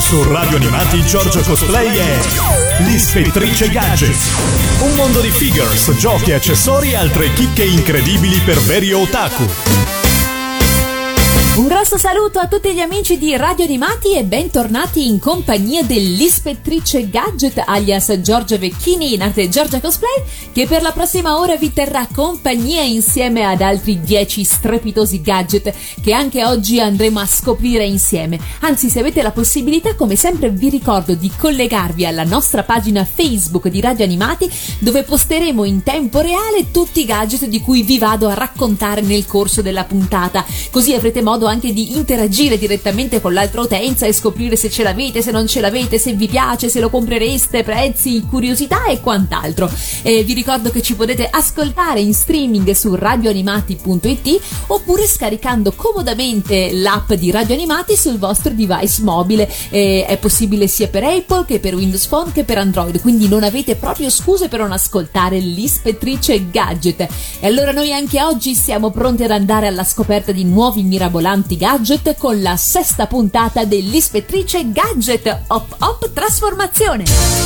Su Radio Animati Giorgio Cosplay è l'Ispettrice Gadget. Un mondo di figures, giochi, accessori e altre chicche incredibili per veri otaku. Un grosso saluto a tutti gli amici di Radio Animati e bentornati in compagnia dell'Ispettrice Gadget alias Giorgia Vecchini in arte Giorgia Cosplay, che per la prossima ora vi terrà compagnia insieme ad altri 10 strepitosi gadget che anche oggi andremo a scoprire insieme. Anzi, se avete la possibilità, come sempre vi ricordo di collegarvi alla nostra pagina Facebook di Radio Animati, dove posteremo in tempo reale tutti i gadget di cui vi vado a raccontare nel corso della puntata, così avrete modo anche di interagire direttamente con l'altra utenza e scoprire se ce l'avete, se non ce l'avete, se vi piace, se lo comprereste, prezzi, curiosità e quant'altro. Vi ricordo che ci potete ascoltare in streaming su radioanimati.it oppure scaricando comodamente l'app di Radio Animati sul vostro device mobile. È possibile sia per Apple che per Windows Phone che per Android, quindi non avete proprio scuse per non ascoltare l'Ispettrice Gadget. E allora noi anche oggi siamo pronti ad andare alla scoperta di nuovi mirabolanti gadget con la 6ª puntata dell'Ispettrice Gadget Hop Hop Trasformazione.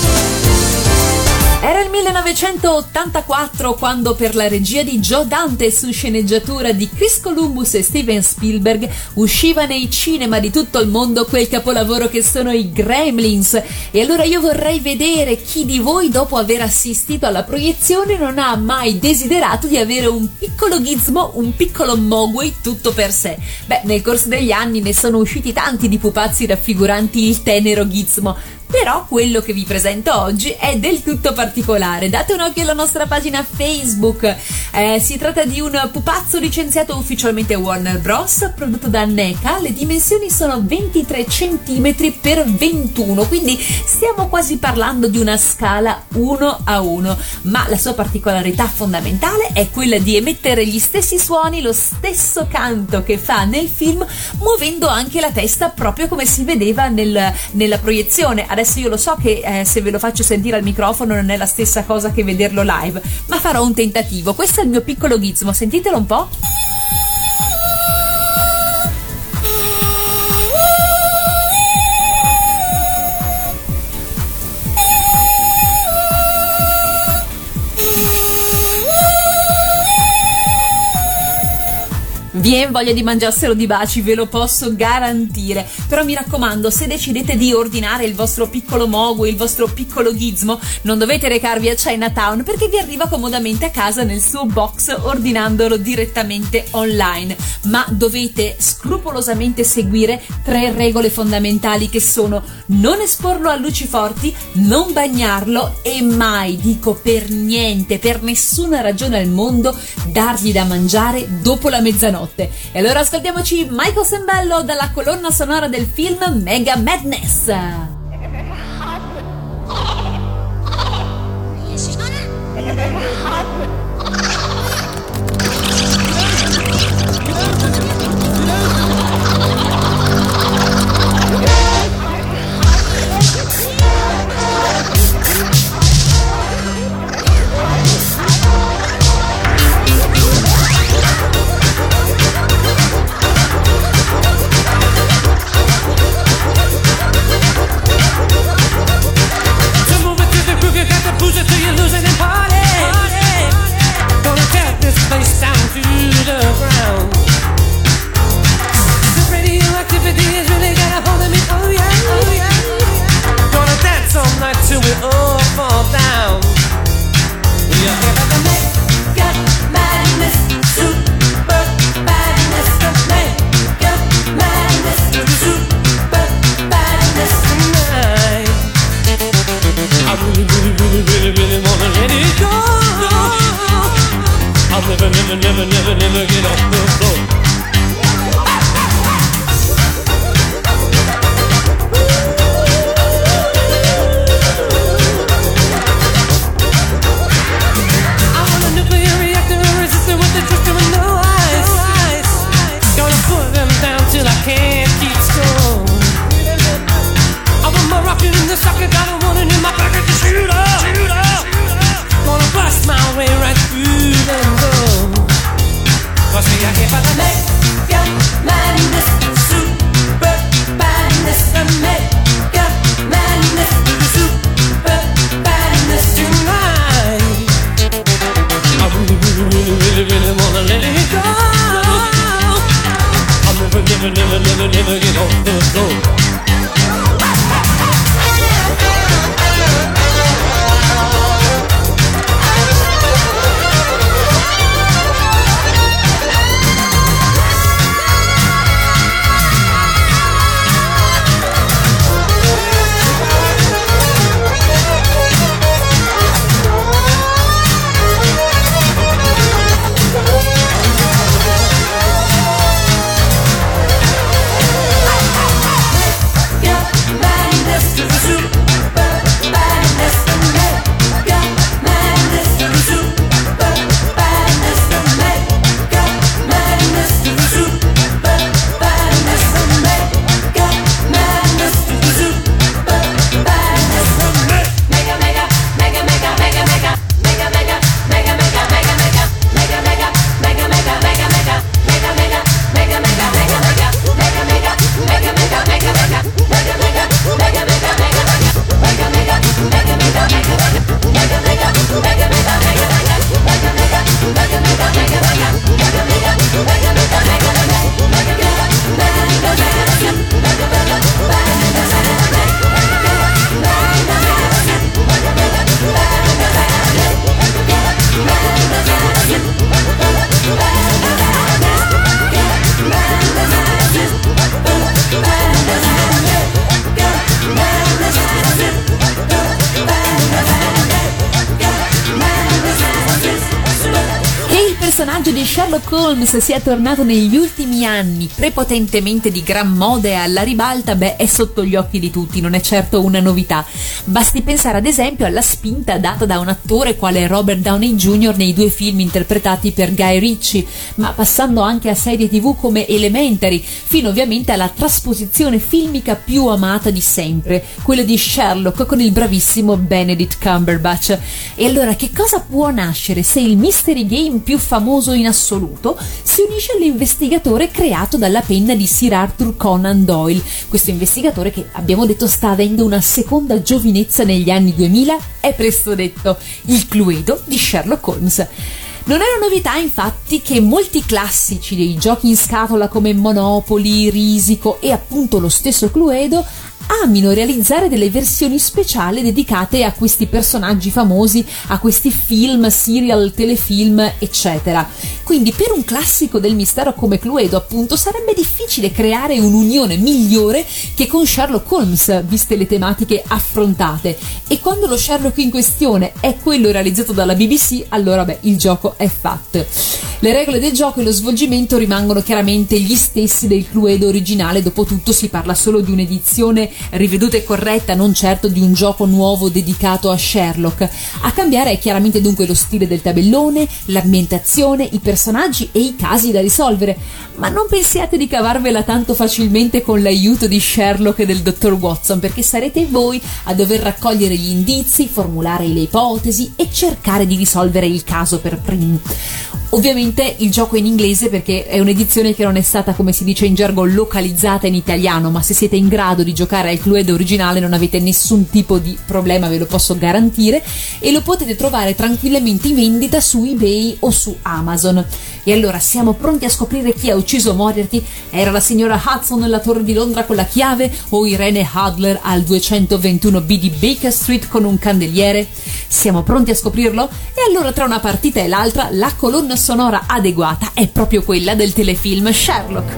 Era il 1984 quando, per la regia di Joe Dante su sceneggiatura di Chris Columbus e Steven Spielberg, usciva nei cinema di tutto il mondo quel capolavoro che sono i Gremlins. E allora io vorrei vedere chi di voi, dopo aver assistito alla proiezione, non ha mai desiderato di avere un piccolo gizmo, un piccolo Mowgli tutto per sé. Beh, nel corso degli anni ne sono usciti tanti di pupazzi raffiguranti il tenero gizmo, però quello che vi presento oggi è del tutto particolare. Date un occhio alla nostra pagina Facebook. Si tratta di un pupazzo licenziato ufficialmente Warner Bros, prodotto da NECA. Le dimensioni sono 23 cm x 21, quindi stiamo quasi parlando di una scala 1:1, ma la sua particolarità fondamentale è quella di emettere gli stessi suoni, lo stesso canto che fa nel film, muovendo anche la testa proprio come si vedeva nella proiezione. Adesso io lo so che se ve lo faccio sentire al microfono non è la stessa cosa che vederlo live, ma farò un tentativo. Questo è il mio piccolo gizmo, sentitelo un po'. Vien voglia di mangiarselo di baci, ve lo posso garantire. Però mi raccomando, se decidete di ordinare il vostro piccolo Mowgli, il vostro piccolo gizmo, non dovete recarvi a Chinatown, perché vi arriva comodamente a casa nel suo box ordinandolo direttamente online. Ma dovete scrupolosamente seguire 3 regole fondamentali, che sono: non esporlo a luci forti, non bagnarlo e mai, dico per niente, per nessuna ragione al mondo, dargli da mangiare dopo la mezzanotte. E allora ascoltiamoci Michael Sembello dalla colonna sonora del film Mega Madness. personaggio di Sherlock Holmes sia tornato negli ultimi anni prepotentemente di gran moda e alla ribalta, è sotto gli occhi di tutti, non è certo una novità. Basti pensare ad esempio alla spinta data da un attore quale Robert Downey Jr. nei 2 film interpretati per Guy Ritchie, ma passando anche a serie TV come Elementary, fino ovviamente alla trasposizione filmica più amata di sempre, quella di Sherlock con il bravissimo Benedict Cumberbatch. E allora che cosa può nascere se il mystery game più famoso in assoluto si unisce all'investigatore creato dalla penna di Sir Arthur Conan Doyle, questo investigatore che abbiamo detto sta avendo una seconda giovinezza negli anni 2000? È presto detto, il Cluedo di Sherlock Holmes. Non è una novità infatti che molti classici dei giochi in scatola come Monopoly, Risico e appunto lo stesso Cluedo amino realizzare delle versioni speciali dedicate a questi personaggi famosi, a questi film, serial, telefilm, eccetera. Quindi per un classico del mistero come Cluedo, appunto, sarebbe difficile creare un'unione migliore che con Sherlock Holmes, viste le tematiche affrontate. E quando lo Sherlock in questione è quello realizzato dalla BBC, allora il gioco è fatto. Le regole del gioco e lo svolgimento rimangono chiaramente gli stessi del Cluedo originale, dopotutto si parla solo di un'edizione riveduta e corretta, non certo di un gioco nuovo dedicato a Sherlock. A cambiare è chiaramente dunque lo stile del tabellone, l'ambientazione, i personaggi e i casi da risolvere, ma non pensiate di cavarvela tanto facilmente con l'aiuto di Sherlock e del dottor Watson, perché sarete voi a dover raccogliere gli indizi, formulare le ipotesi e cercare di risolvere il caso per primi. Ovviamente il gioco è in inglese perché è un'edizione che non è stata, come si dice in gergo, localizzata in italiano, ma se siete in grado di giocare al Cluedo originale non avete nessun tipo di problema, ve lo posso garantire, e lo potete trovare tranquillamente in vendita su eBay o su Amazon. E allora siamo pronti a scoprire chi ha ucciso Moriarty? Era la signora Hudson nella Torre di Londra con la chiave o Irene Adler al 221B di Baker Street con un candeliere? Siamo pronti a scoprirlo? E allora tra una partita e l'altra la colonna sonora adeguata è proprio quella del telefilm Sherlock.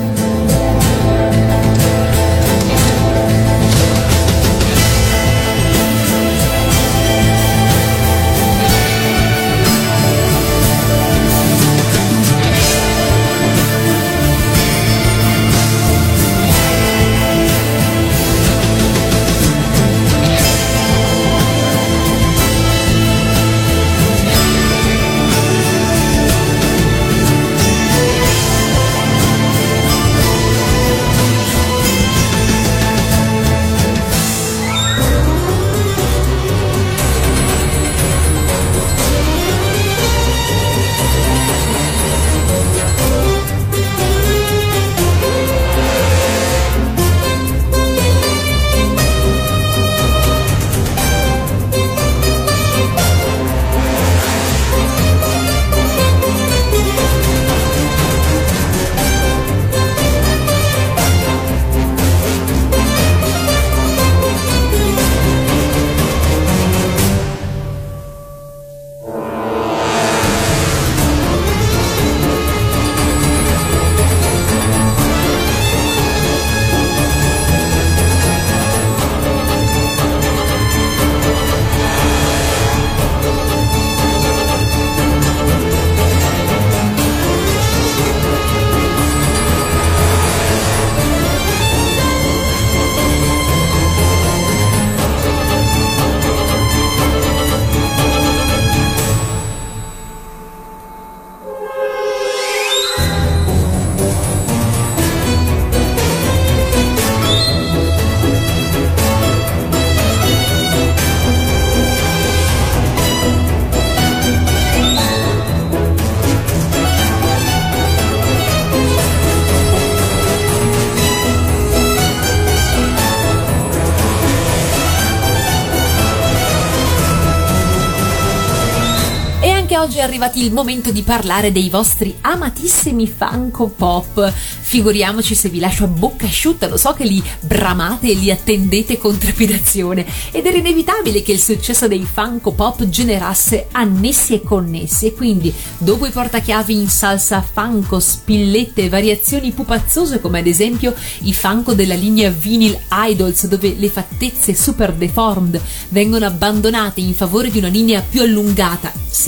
Oggi è arrivato il momento di parlare dei vostri amatissimi Funko Pop. Figuriamoci se vi lascio a bocca asciutta, lo so che li bramate e li attendete con trepidazione, ed era inevitabile che il successo dei Funko Pop generasse annessi e connessi, e quindi dopo i portachiavi in salsa Funko, spillette e variazioni pupazzose come ad esempio i Funko della linea Vinyl Idols, dove le fattezze super deformed vengono abbandonate in favore di una linea più allungata, sebbene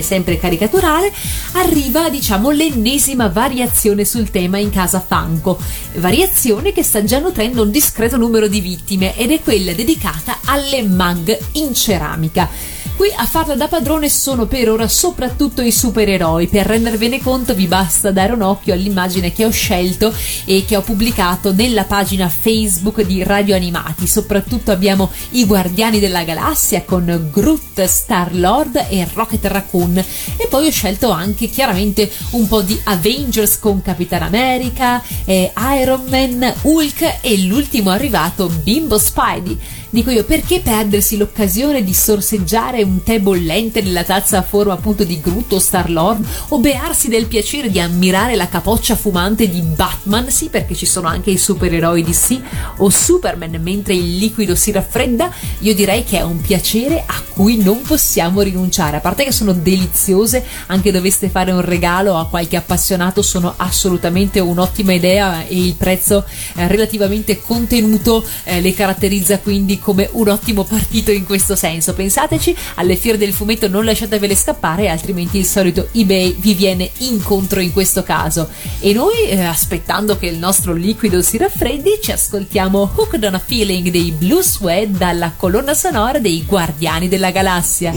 sempre caricaturale, arriva diciamo l'ennesima variazione sul tema in casa Funko, variazione che sta già nutrendo un discreto numero di vittime, ed è quella dedicata alle mug in ceramica. Qui a farla da padrone sono per ora soprattutto i supereroi. Per rendervene conto vi basta dare un occhio all'immagine che ho scelto e che ho pubblicato nella pagina Facebook di Radio Animati. Soprattutto abbiamo i Guardiani della Galassia con Groot, Star-Lord e Rocket Raccoon, e poi ho scelto anche chiaramente un po' di Avengers con Capitan America, Iron Man, Hulk e l'ultimo arrivato Bimbo Spidey. Dico io, perché perdersi l'occasione di sorseggiare un tè bollente nella tazza a forma appunto di Groot o Star-Lord, o bearsi del piacere di ammirare la capoccia fumante di Batman, sì, perché ci sono anche i supereroi DC, o Superman mentre il liquido si raffredda? Io direi che è un piacere a cui non possiamo rinunciare, a parte che sono deliziose. Anche doveste fare un regalo a qualche appassionato, sono assolutamente un'ottima idea, e il prezzo relativamente contenuto le caratterizza quindi come un ottimo partito in questo senso. Pensateci, alle fiere del fumetto non lasciatevele scappare, altrimenti il solito eBay vi viene incontro in questo caso. E noi, aspettando che il nostro liquido si raffreddi, ci ascoltiamo Hooked on a Feeling dei Blue Suede dalla colonna sonora dei Guardiani della Galassia.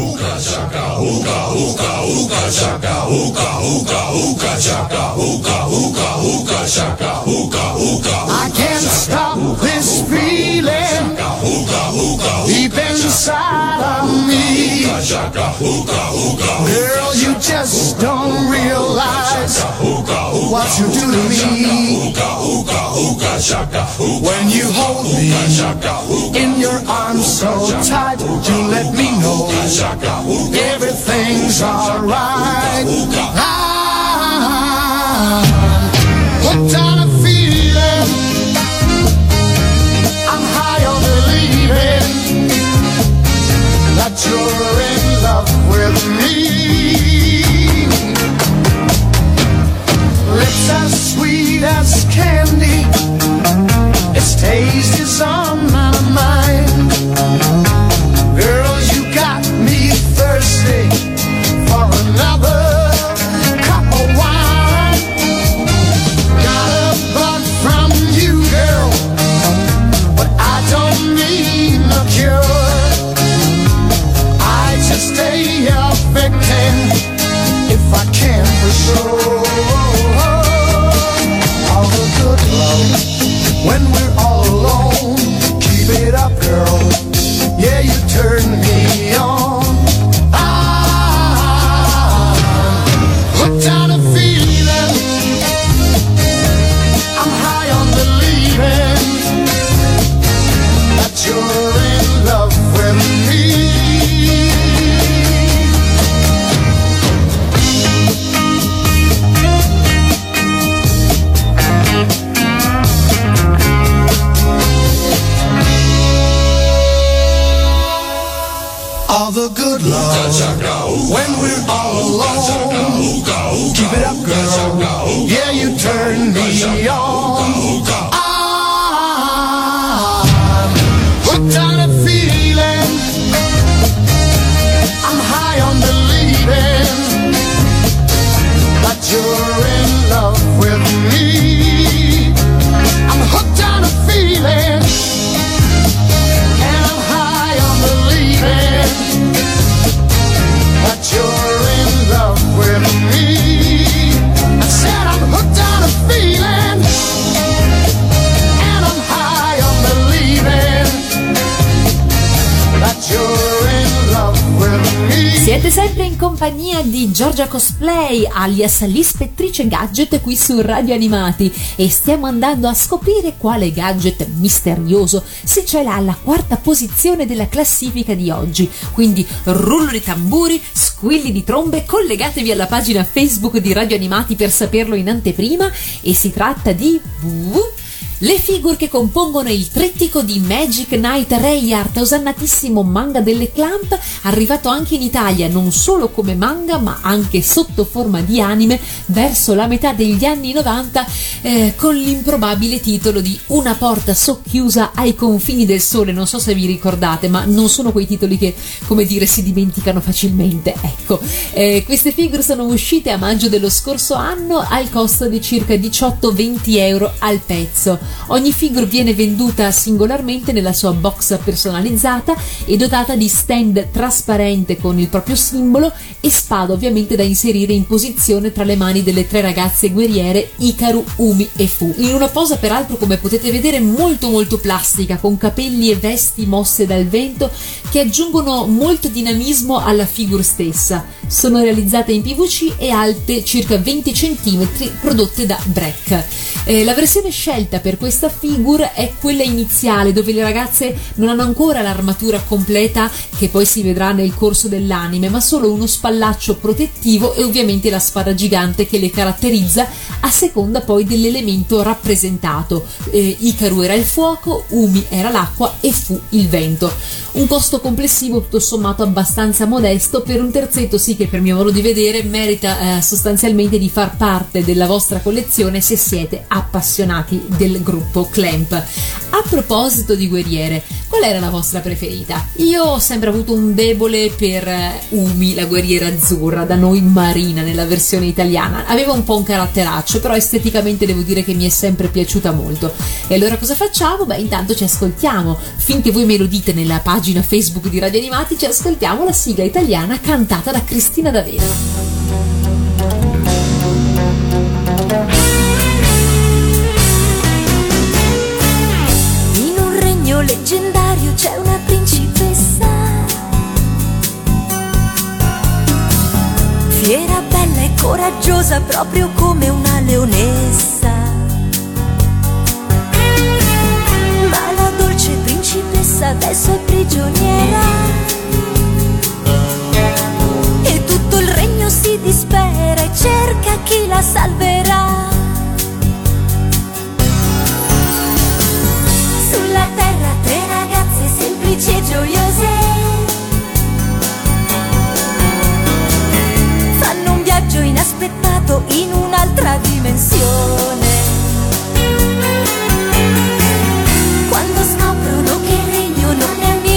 I can't stop this feeling deep inside of me. Girl, you just don't realize what you do to me. When you hold me in your arms so tight, you let me know everything's alright. I'm hooked on a feeling, I'm high on believing that you're in love with me. Lips as sweet as candy, its taste is on my mind. Girl, you got me thirsty for another cup of wine. Got a bug from you, girl, but I don't need no cure. I just stay a victim if I can for sure. All the good love when we're all alone, keep it up, girl. Yeah, you turn me on. I'm hooked on a feeling, I'm high on believing that you're in love with me. All the good love when we're all alone, keep it up, girl. Yeah, you turn me on. I'm hooked on a feeling, I'm high on believing that you're in love with me. I'm hooked on a feeling, and I'm high on believing that you're in love with me. I said I'm hooked on a feeling, and I'm high on believing that you're in love with me. Siete sempre in compagnia di Giorgia Cosplay, alias l'ispettrice gadget, qui su Radio Animati, e stiamo andando a scoprire quale gadget misterioso si cela alla quarta posizione della classifica di oggi. Quindi rullo di tamburi, squilli di trombe, collegatevi alla pagina Facebook di Radio Animati per saperlo in anteprima, e si tratta di Le figure che compongono il trittico di Magic Knight Rayart, osannatissimo manga delle Clamp, arrivato anche in Italia non solo come manga ma anche sotto forma di anime verso la metà degli anni 90, con l'improbabile titolo di Una porta socchiusa ai confini del sole. Non so se vi ricordate, ma non sono quei titoli che, come dire, si dimenticano facilmente. Ecco, queste figure sono uscite a maggio dello scorso anno al costo di circa 18-20 euro al pezzo. Ogni figure viene venduta singolarmente nella sua box personalizzata e dotata di stand trasparente con il proprio simbolo e spada ovviamente da inserire in posizione tra le mani delle tre ragazze guerriere Hikaru, Umi e Fu, in una posa peraltro, come potete vedere, molto molto plastica, con capelli e vesti mosse dal vento che aggiungono molto dinamismo alla figure stessa. Sono realizzate in PVC e alte circa 20 cm, prodotte da Breck. La versione scelta per questa figure è quella iniziale, dove le ragazze non hanno ancora l'armatura completa che poi si vedrà nel corso dell'anime, ma solo uno spallaccio protettivo e ovviamente la spada gigante che le caratterizza a seconda poi dell'elemento rappresentato. Hikaru era il fuoco, Umi era l'acqua e Fu il vento. Un costo complessivo tutto sommato abbastanza modesto per un terzetto, sì, che per mio modo di vedere merita sostanzialmente di far parte della vostra collezione se siete appassionati del gruppo Clamp. A proposito di guerriere, qual era la vostra preferita? Io ho sempre avuto un debole per Umi, la guerriera azzurra, da noi Marina nella versione italiana. Aveva un po' un caratteraccio, però esteticamente devo dire che mi è sempre piaciuta molto. E allora cosa facciamo? Beh, intanto ci ascoltiamo, finché voi me lo dite nella pagina Facebook di Radio Animati, ci ascoltiamo la sigla italiana cantata da Cristina D'Avena. Leggendario c'è una principessa, fiera, bella e coraggiosa, proprio come una leonessa. Ma la dolce principessa adesso è prigioniera e tutto il regno si dispera e cerca chi la salverà. Sulla terra tre ragazze semplici e gioiose fanno un viaggio inaspettato in un'altra dimensione. Quando scoprono che il regno non è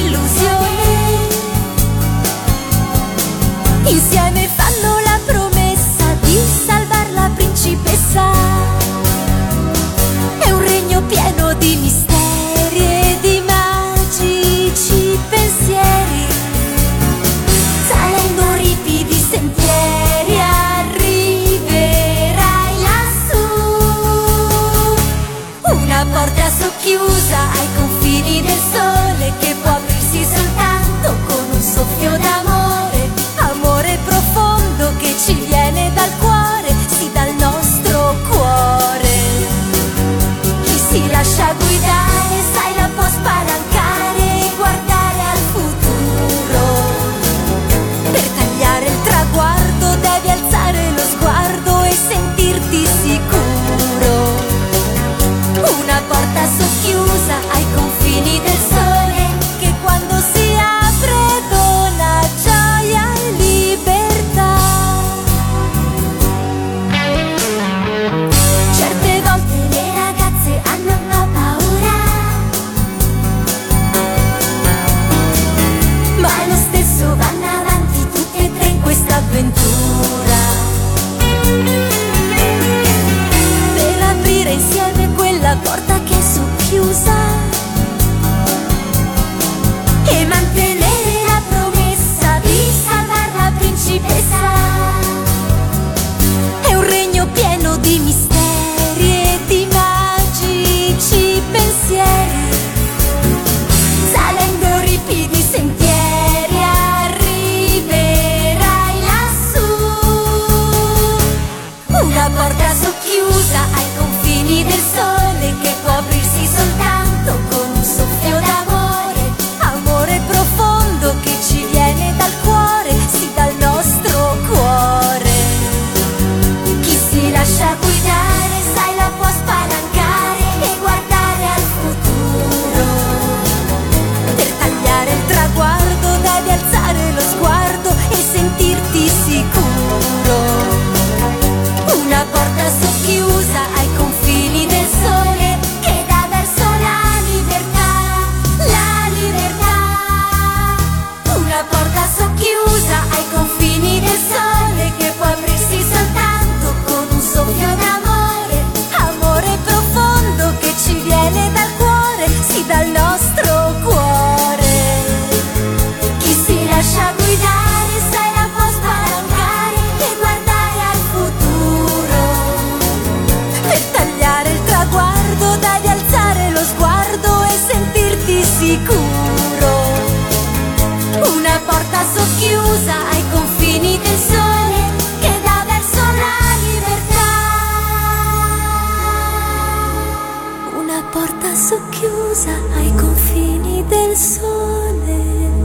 ai confini del sole.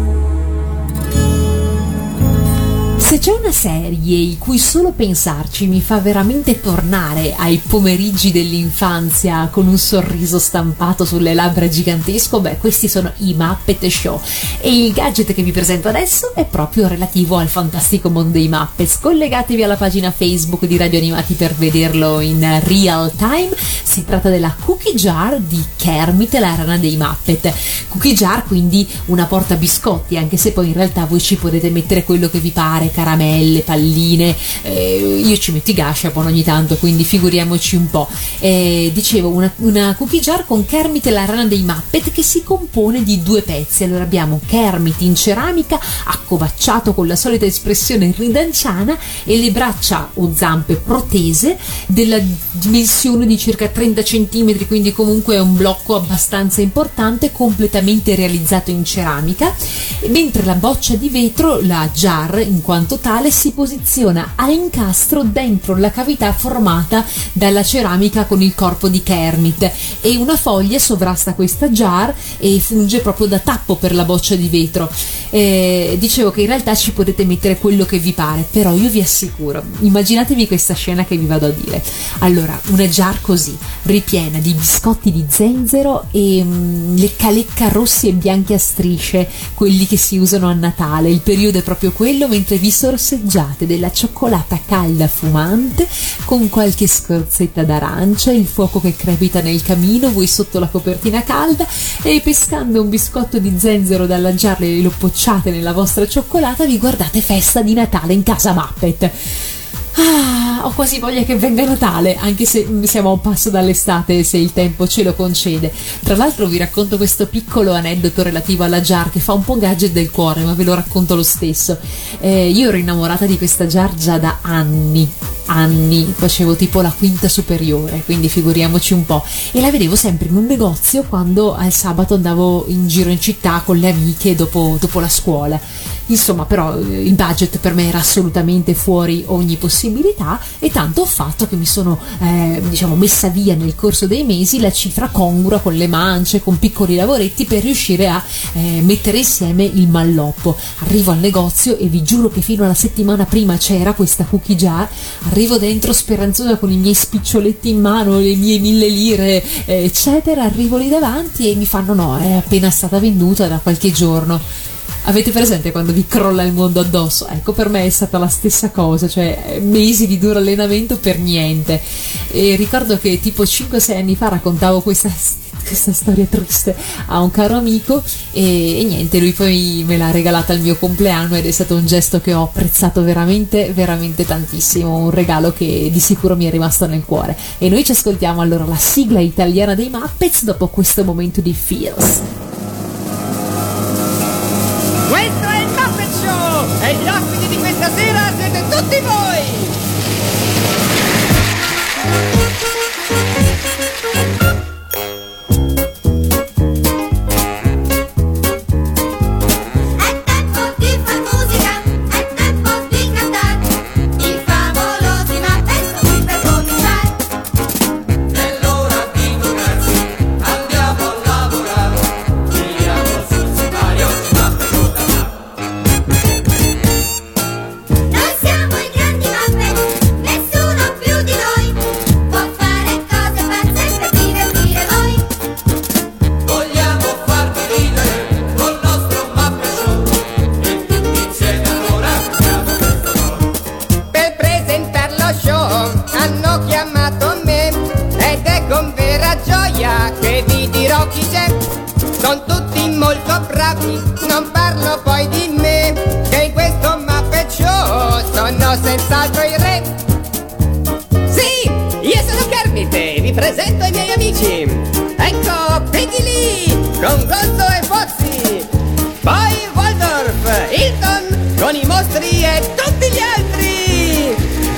Se c'è una serie in cui solo pensarci mi fa veramente tornare ai pomeriggi dell'infanzia con un sorriso stampato sulle labbra gigantesco, beh, questi sono i Muppet Show, e il gadget che vi presento adesso è proprio relativo al fantastico mondo dei Muppets. Collegatevi alla pagina Facebook di Radio Animati per vederlo in real time. Si tratta della cookie jar di Kermit, la rana dei Muppet. Cookie jar, quindi una porta biscotti, anche se poi in realtà voi ci potete mettere quello che vi pare, caramelle, palline, io ci metto i gashapon ogni tanto, quindi figuriamoci un po'. Dicevo, una cookie jar con Kermit e la rana dei Muppet, che si compone di due pezzi. Allora abbiamo Kermit in ceramica, accovacciato con la solita espressione ridanciana, e le braccia o zampe protese della dimensione di circa 30 cm, quindi comunque è un blocco abbastanza importante, completamente realizzato in ceramica, mentre la boccia di vetro, la jar in quanto tale, si posiziona a incastro dentro la cavità formata dalla ceramica con il corpo di Kermit, e una foglia sovrasta questa jar e funge proprio da tappo per la boccia di vetro. Dicevo che in realtà ci potete mettere quello che vi pare, però io vi assicuro, immaginatevi questa scena che vi vado a dire. Allora, una jar così, ripiena di biscotti di zenzero e lecca rossi e bianchi a strisce, quelli che si usano a Natale. Il periodo è proprio quello, mentre vi sorseggiate della cioccolata calda fumante con qualche scorzetta d'arancia, il fuoco che crepita nel camino, voi sotto la copertina calda, e pescando un biscotto di zenzero dalla jar e lo pocciate nella vostra cioccolata, vi guardate Festa di Natale in casa Muppet. Ho quasi voglia che venga Natale, anche se siamo a un passo dall'estate, se il tempo ce lo concede. Tra l'altro vi racconto questo piccolo aneddoto relativo alla jar, che fa un po' gadget del cuore, ma ve lo racconto lo stesso. Io ero innamorata di questa jar già da anni, facevo tipo la quinta superiore, quindi figuriamoci un po', e la vedevo sempre in un negozio quando al sabato andavo in giro in città con le amiche dopo la scuola. Insomma, però il budget per me era assolutamente fuori ogni possibilità, e tanto ho fatto che mi sono messa via nel corso dei mesi la cifra congrua, con le mance, con piccoli lavoretti, per riuscire a mettere insieme il malloppo. Arrivo al negozio e vi giuro che fino alla settimana prima c'era questa cookie jar. Arrivo dentro speranzosa con i miei spiccioletti in mano, le mie 1000 lire, eccetera. Arrivo lì davanti e mi fanno: no, è appena stata venduta da qualche giorno. Avete presente quando vi crolla il mondo addosso? Ecco, per me è stata la stessa cosa, cioè mesi di duro allenamento per niente. E ricordo che tipo 5-6 anni fa raccontavo questa storia triste a un caro amico, e niente, lui poi me l'ha regalata al mio compleanno, ed è stato un gesto che ho apprezzato veramente veramente tantissimo, un regalo che di sicuro mi è rimasto nel cuore. E noi ci ascoltiamo allora la sigla italiana dei Muppets dopo questo momento di Feels. Questo è il Muppet Show, e gli ospiti di questa sera siete tutti voi! È tempo di far musica, è tempo di cantare, i favolosi Muppet sono qui per cominciare. È l'ora di giocarsi, andiamo a lavorare, tiriamo sul sipario, Muppet da Noi siamo i grandi Muppet, nessuno più di noi può fare cose pazze per divertire voi. Vogliamo farvi ridere col nostro Muppet Show, e tutti insieme allora facciamo questo show. Per presentare lo show hanno chiamato me, ed è con vera gioia che vi dirò chi c'è. Sono tutti molto bravi, non parlo poi di me, che in questo Muppet Show sono senz'altro i re. Sì, io sono Kermit e vi presento i miei amici. Ecco Piggy Lee con Gonzo e Fozzie, poi Waldorf, Hilton con i mostri e tutti gli altri.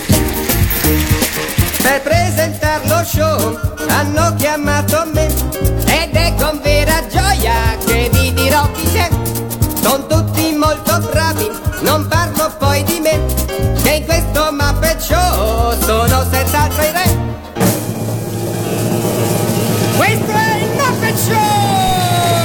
Per presentare lo show hanno chiamato me, ed è con vera gioia che vi dirò chi c'è. Sono tutti molto bravi, non parlo poi di me, che in questo Muppet Show sono senz'altro i re. Questo è il Muppet Show!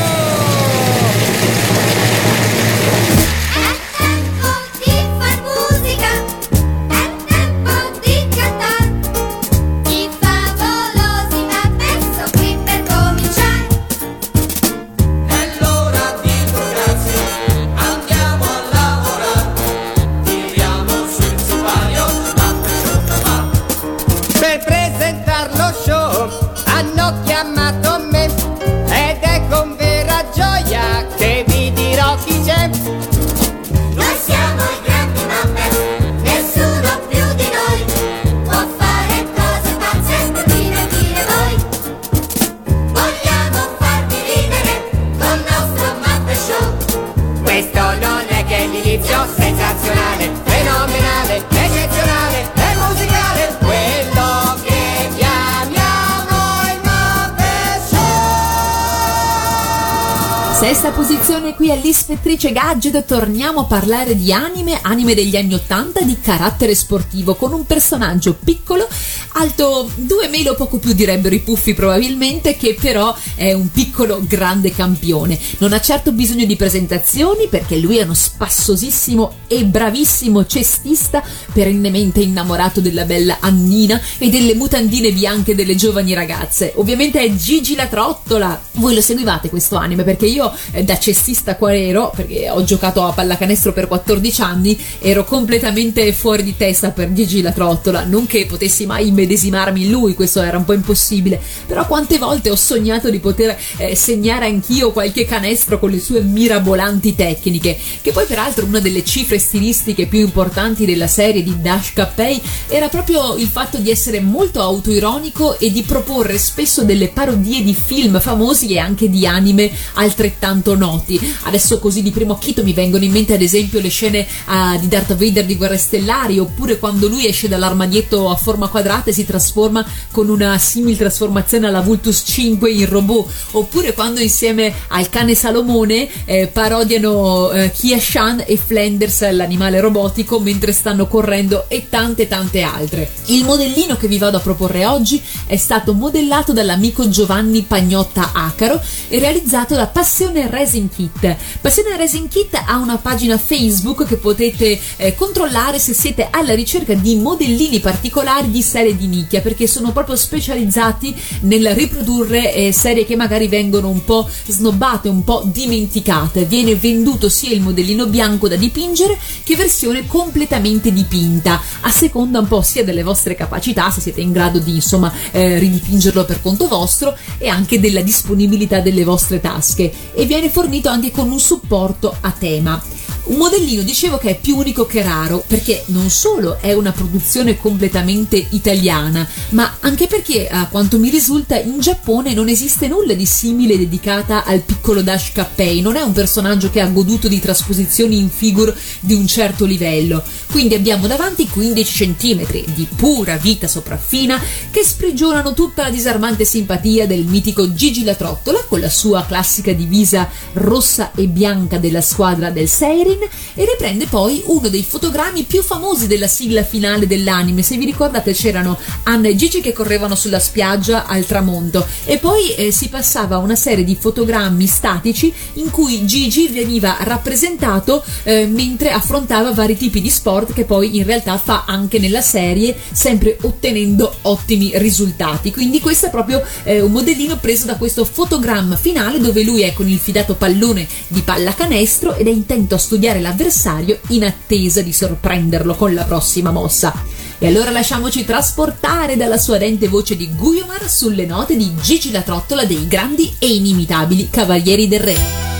Sesta posizione qui all'Ispettrice Gadget. Torniamo a parlare di anime degli anni 80 di carattere sportivo, con un personaggio piccolo, alto 2 melo, poco più direbbero i puffi probabilmente, che però è un piccolo grande campione. Non ha certo bisogno di presentazioni, perché lui è uno spassosissimo e bravissimo cestista, perennemente innamorato della bella Annina e delle mutandine bianche delle giovani ragazze. Ovviamente è Gigi la Trottola. Voi lo seguivate questo anime? Perché io da cestista qual ero, perché ho giocato a pallacanestro per 14 anni, ero completamente fuori di testa per Gigi la Trottola. Non che potessi mai immedesimarmi in lui, questo era un po' impossibile, però quante volte ho sognato di poter segnare anch'io qualche canestro con le sue mirabolanti tecniche, che poi peraltro una delle cifre stilistiche più importanti della serie di Dash Cappei era proprio il fatto di essere molto autoironico e di proporre spesso delle parodie di film famosi e anche di anime altrettanto noti. Adesso così di primo acchito mi vengono in mente ad esempio le scene di Darth Vader di Guerre Stellari, oppure quando lui esce dall'armadietto a forma quadrata e si trasforma con una simil trasformazione alla Vultus 5 in robot, oppure quando insieme al cane Salomone parodiano Kia-Shan e Flanders, l'animale robotico, mentre stanno correndo, e tante altre. Il modellino che vi vado a proporre oggi è stato modellato dall'amico Giovanni Pagnotta Acaro e realizzato da Passione Resin Kit. Passione Resin Kit ha una pagina Facebook che potete controllare se siete alla ricerca di modellini particolari di serie di nicchia, perché sono proprio specializzati nel riprodurre serie che magari vengono un po' snobbate, un po' dimenticate. Viene venduto sia il modellino bianco da dipingere che versione completamente dipinta, a seconda un po' sia delle vostre capacità, se siete in grado di ridipingerlo per conto vostro, e anche della disponibilità delle vostre tasche, e viene fornito anche con un supporto a tema. Un modellino, dicevo, che è più unico che raro, perché non solo è una produzione completamente italiana, ma anche perché, a quanto mi risulta, in Giappone non esiste nulla di simile dedicata al piccolo Dash Cappei. Non è un personaggio che ha goduto di trasposizioni in figure di un certo livello. Quindi abbiamo davanti 15 cm di pura vita sopraffina che sprigionano tutta la disarmante simpatia del mitico Gigi la Trottola, con la sua classica divisa rossa e bianca della squadra del Seirin, e riprende poi uno dei fotogrammi più famosi della sigla finale dell'anime. Se vi ricordate, c'erano Anna e Gigi che correvano sulla spiaggia al tramonto, e poi si passava a una serie di fotogrammi statici in cui Gigi veniva rappresentato mentre affrontava vari tipi di sport che poi in realtà fa anche nella serie, sempre ottenendo ottimi risultati. Quindi questo è proprio un modellino preso da questo fotogramma finale, dove lui è con il fidato pallone di pallacanestro ed è intento a studiare l'avversario in attesa di sorprenderlo con la prossima mossa. E allora lasciamoci trasportare dalla sua dente voce di Guiomar sulle note di Gigi la Trottola dei grandi e inimitabili Cavalieri del Re.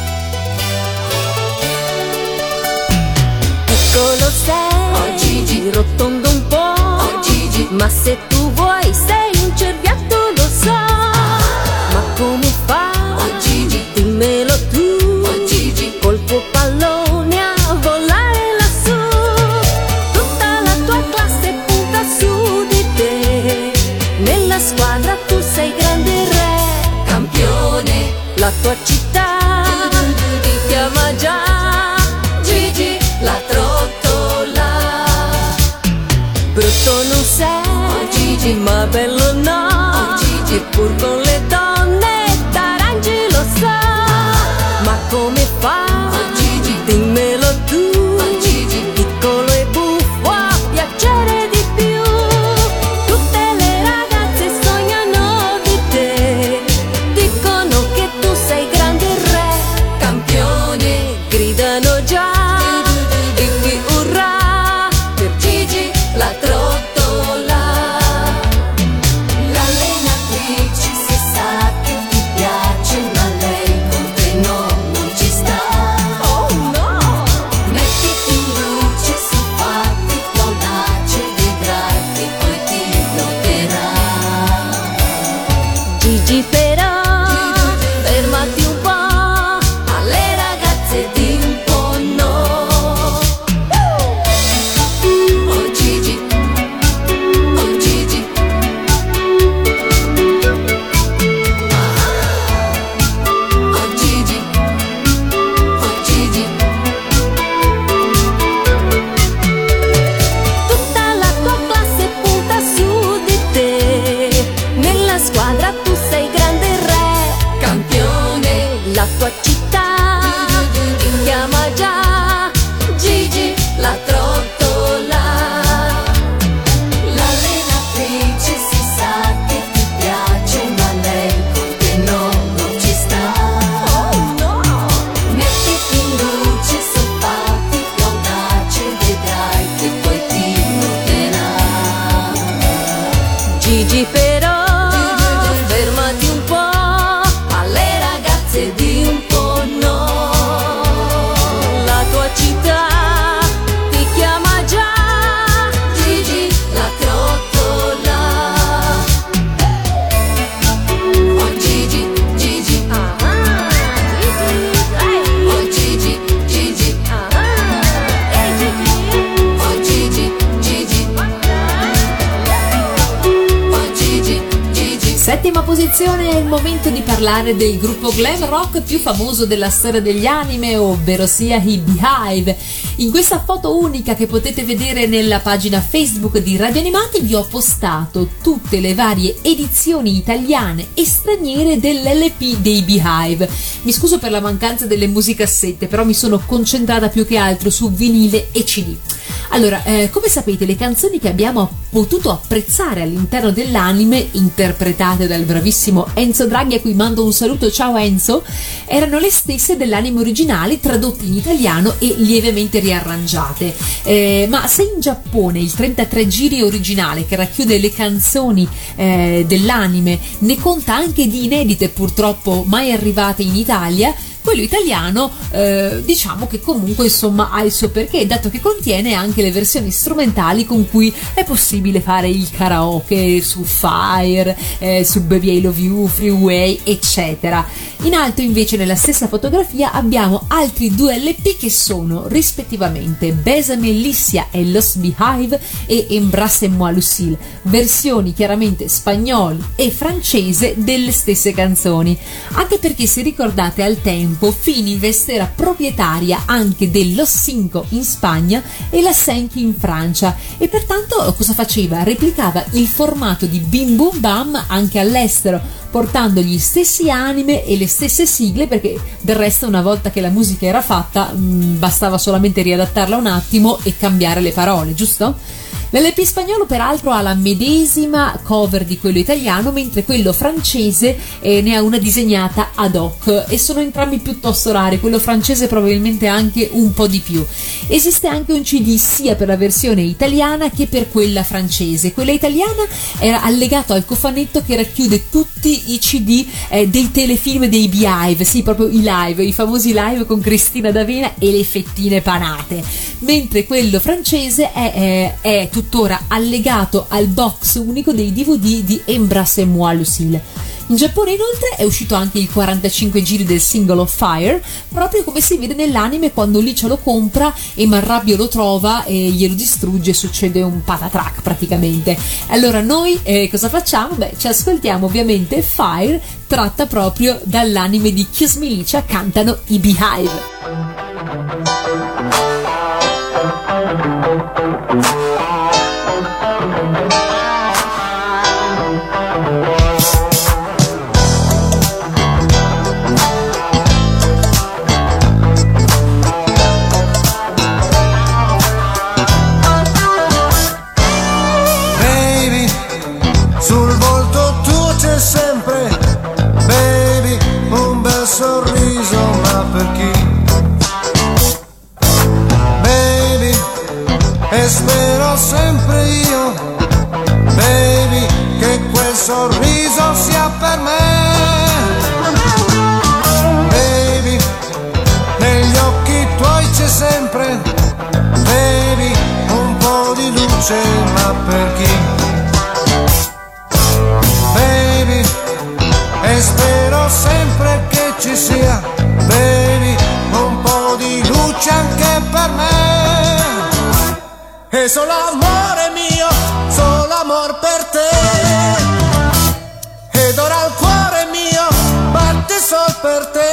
Piccolo sei, oh Gigi, rotondo un po', oh Gigi, ma se tu vuoi sei un cerbiatto, lo so, ma come fa, oh Gigi, dimmelo tu, oh Gigi, col tuo pallone a volare lassù, tutta la tua classe punta su di te, nella squadra tu sei grande re, campione, la tua città ti chiama già Gigi la Trottola. Brutto non sei, oh Gigi, ma bello no, oh Gigi, e pur con le donne t'arrangi, lo so, ma come fa, oh Gigi, dimmelo tu, oh Gigi, piccolo e buffo a piacere di più, tutte le ragazze sognano di te, dicono che tu sei grande re, campione, gridano già, Gigi urrà, per Gigi la Trottola. L'allenatrice si città ti chiama già Gigi la trottola. L'allenatrice si sa che ti piace, ma lei con te non ci sta. Oh no! Mettiti in luce, simpatica, audace, vedrai che poi ti noterà. Gigi però, fermati un po', alle ragazze di un po' no. La tua città ti chiama già Gigi la trottola. Oh Gigi, Gigi, oh Gigi, Gigi, oh Gigi, Gigi, oh Gigi, Gigi. Settima posizione, è il momento di parlare del gruppo glam rock più famoso della storia degli anime, ovvero sia i Beehive. In questa foto unica che potete vedere nella pagina Facebook di Radio Animati vi ho postato tutte le varie edizioni italiane e straniere dell'LP dei Beehive. Mi scuso per la mancanza delle musicassette, però mi sono concentrata più che altro su vinile e CD. Allora, come sapete, le canzoni che abbiamo potuto apprezzare all'interno dell'anime, interpretate dal bravissimo Enzo Draghi, a cui mando un saluto, ciao Enzo, erano le stesse dell'anime originale, tradotte in italiano e lievemente riarrangiate. Ma se in Giappone il 33 giri originale, che racchiude le canzoni dell'anime, ne conta anche di inedite purtroppo mai arrivate in Italia, quello italiano diciamo che comunque insomma ha il suo perché, dato che contiene anche le versioni strumentali con cui è possibile fare il karaoke su Fire, su Baby I Love You, Freeway, eccetera. In alto invece nella stessa fotografia abbiamo altri due LP che sono rispettivamente Besame Lissia e Los Beehive e Embrasse-moi Lucille, versioni chiaramente spagnoli e francese delle stesse canzoni, anche perché se ricordate al tempo Fininvest era proprietaria anche dello Cinco in Spagna e la Senki in Francia, e pertanto cosa faceva? Replicava il formato di Bim Bum Bam anche all'estero, portando gli stessi anime e le stesse sigle, perché del resto una volta che la musica era fatta bastava solamente riadattarla un attimo e cambiare le parole, giusto? L'LP spagnolo peraltro ha la medesima cover di quello italiano, mentre quello francese ne ha una disegnata ad hoc, e sono entrambi piuttosto rari, quello francese probabilmente anche un po' di più. Esiste anche un CD sia per la versione italiana che per quella francese. Quella italiana era allegato al cofanetto che racchiude tutti i CD dei telefilm dei Beehive, sì, proprio i live, i famosi live con Cristina D'Avena e le fettine panate, mentre quello francese è tuttora allegato al box unico dei DVD di Embrasse-moi Lucille. In Giappone inoltre è uscito anche il 45 giri del singolo Fire, proprio come si vede nell'anime quando Licia lo compra e Marrabbio lo trova e glielo distrugge, succede un patatrack praticamente. Allora noi cosa facciamo? Beh, ci ascoltiamo ovviamente Fire, tratta proprio dall'anime di Kiss Me Licia, cantano i Beehive. Sorriso, ma per chi? Baby, e spero sempre io, baby, che quel sorriso sia per me. Baby, negli occhi tuoi c'è sempre, baby, un po' di luce, ma per chi? Baby, e spero sempre che ci sia, baby, un po' di luce anche per me. E solo amore mio, solo amor per te. Ed ora il cuore mio batte sol per te.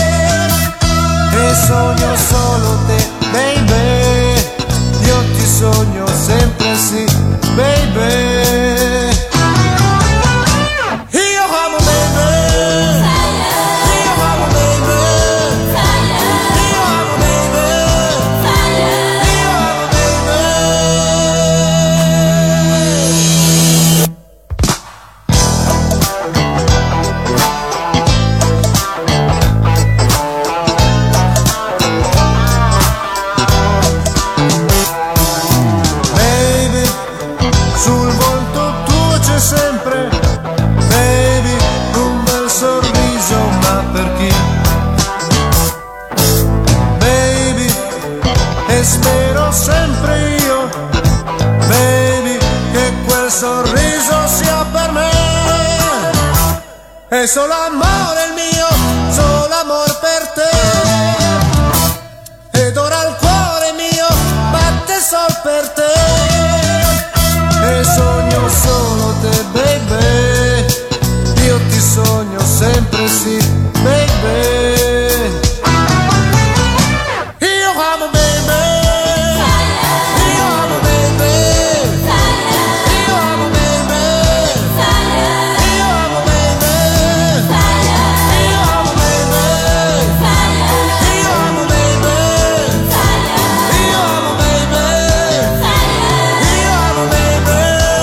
E sogno solo te, baby. Io ti sogno sempre sì, baby. Io amo baby. Io amo baby. è solo amore il mio, solo amor per te. Ed ora il cuore mio batte sol per te. E sogno solo te, baby. Io ti sogno sempre, sì, baby. Io amo, baby. Io amo, baby. Io amo, baby. Io amo, baby. Io amo, baby. Io amo, baby. Io amo, baby. Io amo, baby.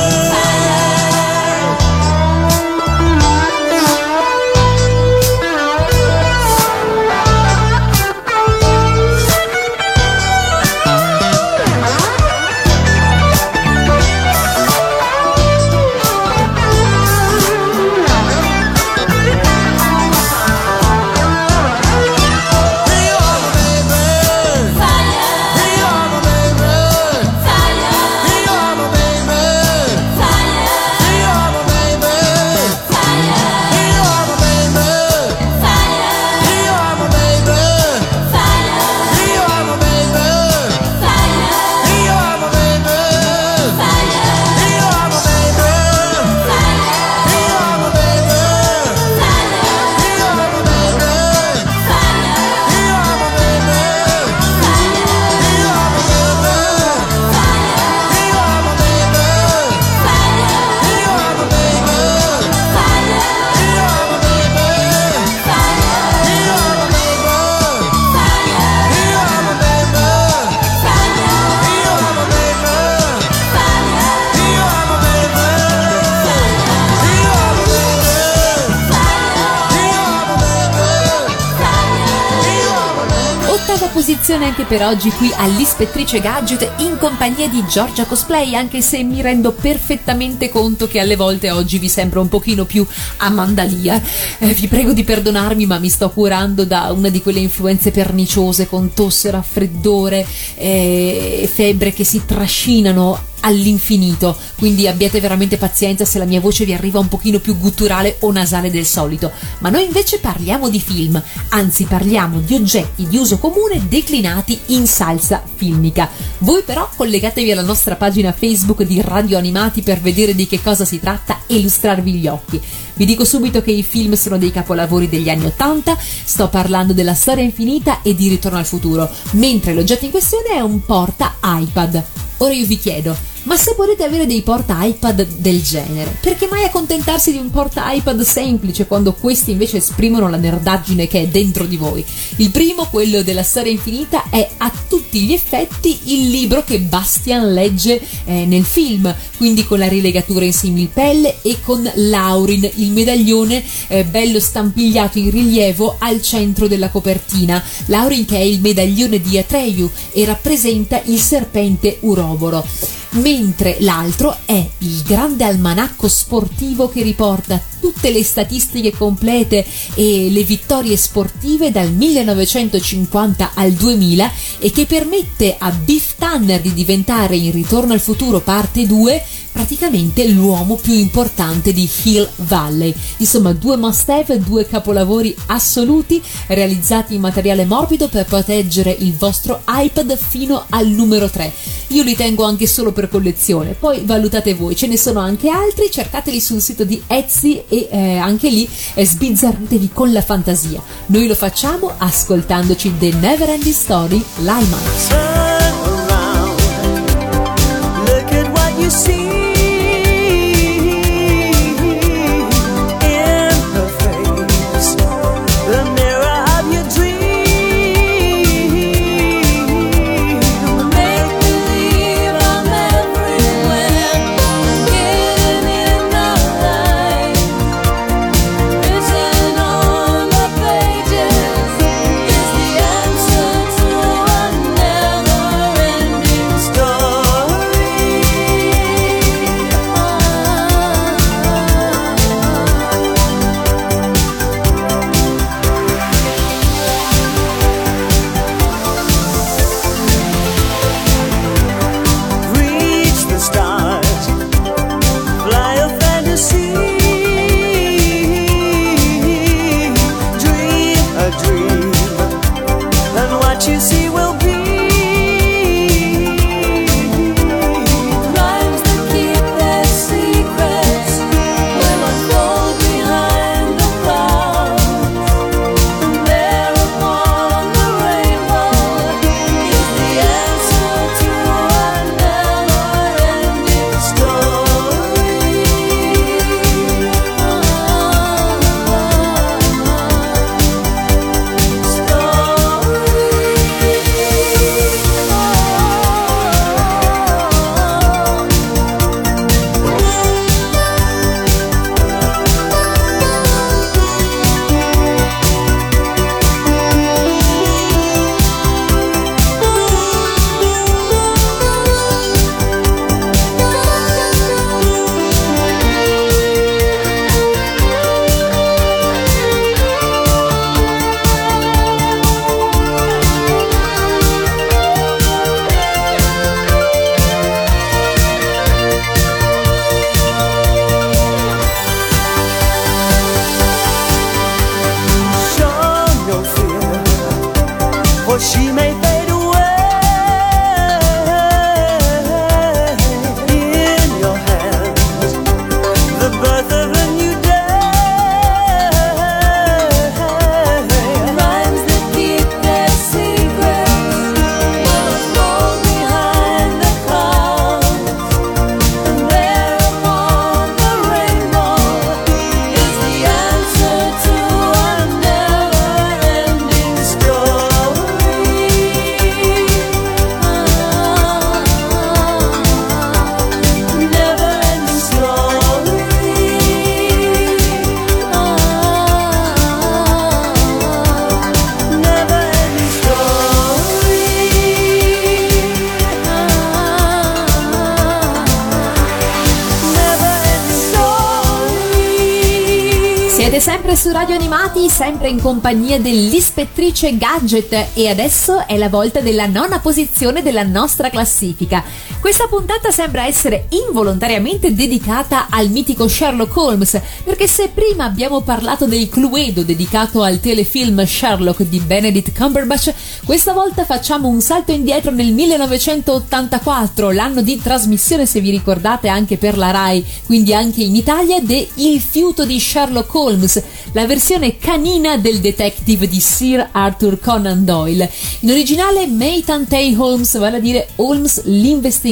Posizione anche per oggi qui all'Ispettrice Gadget in compagnia di Giorgia Cosplay, anche se mi rendo perfettamente conto che alle volte oggi vi sembra un pochino più a mandalia. Vi prego di perdonarmi, ma mi sto curando da una di quelle influenze perniciose con tosse, raffreddore e febbre che si trascinano all'infinito, quindi abbiate veramente pazienza se la mia voce vi arriva un pochino più gutturale o nasale del solito. Ma noi invece parliamo di film, anzi parliamo di oggetti di uso comune declinati in salsa filmica. Voi però collegatevi alla nostra pagina Facebook di Radio Animati per vedere di che cosa si tratta e illustrarvi gli occhi. Vi dico subito che i film sono dei capolavori degli anni 80, sto parlando della Storia Infinita e di Ritorno al Futuro, mentre l'oggetto in questione è un porta iPad. Ora io vi chiedo, ma se volete avere dei porta iPad del genere, perché mai accontentarsi di un porta iPad semplice quando questi invece esprimono la nerdaggine che è dentro di voi? Il primo, quello della Storia Infinita, è a tutti gli effetti il libro che Bastian legge nel film, quindi con la rilegatura in similpelle e con l'Aurin, il medaglione bello stampigliato in rilievo al centro della copertina. L'Aurin, che è il medaglione di Atreyu e rappresenta il serpente Uroboro. Mentre l'altro è il grande almanacco sportivo che riporta tutte le statistiche complete e le vittorie sportive dal 1950 al 2000 e che permette a Biff Tanner di diventare in Ritorno al Futuro parte 2 praticamente l'uomo più importante di Hill Valley. Insomma, 2 must-have, 2 capolavori assoluti realizzati in materiale morbido per proteggere il vostro iPad fino al numero 3. Io li tengo anche solo per collezione, poi valutate voi, ce ne sono anche altri, cercateli sul sito di Etsy e anche lì sbizzarritevi con la fantasia. Noi lo facciamo ascoltandoci The Never Ending Story, Live Miles. Turn around, look at what you see. you see will be rhymes that keep their secrets will unfold behind the clouds. And there upon the rainbow is the answer to a never-ending story. Show no fear, for she may fade away. In your hands, the birth of a new day. Rhymes that keep their secrets will unfold behind the clouds. And there upon the rainbow is the answer to a never-ending story. Never-ending story. Never-ending story. Siete sempre su Radio Animati, sempre in compagnia dell'Ispettrice Gadget, e adesso è la volta della nona posizione della nostra classifica. Questa puntata sembra essere involontariamente dedicata al mitico Sherlock Holmes, perché se prima abbiamo parlato del Cluedo dedicato al telefilm Sherlock di Benedict Cumberbatch, questa volta facciamo un salto indietro nel 1984, l'anno di trasmissione, se vi ricordate, anche per la Rai, quindi anche in Italia, de Il fiuto di Sherlock Holmes, la versione canina del detective di Sir Arthur Conan Doyle. In originale Maytantei Holmes, vale a dire Holmes l'investigatore.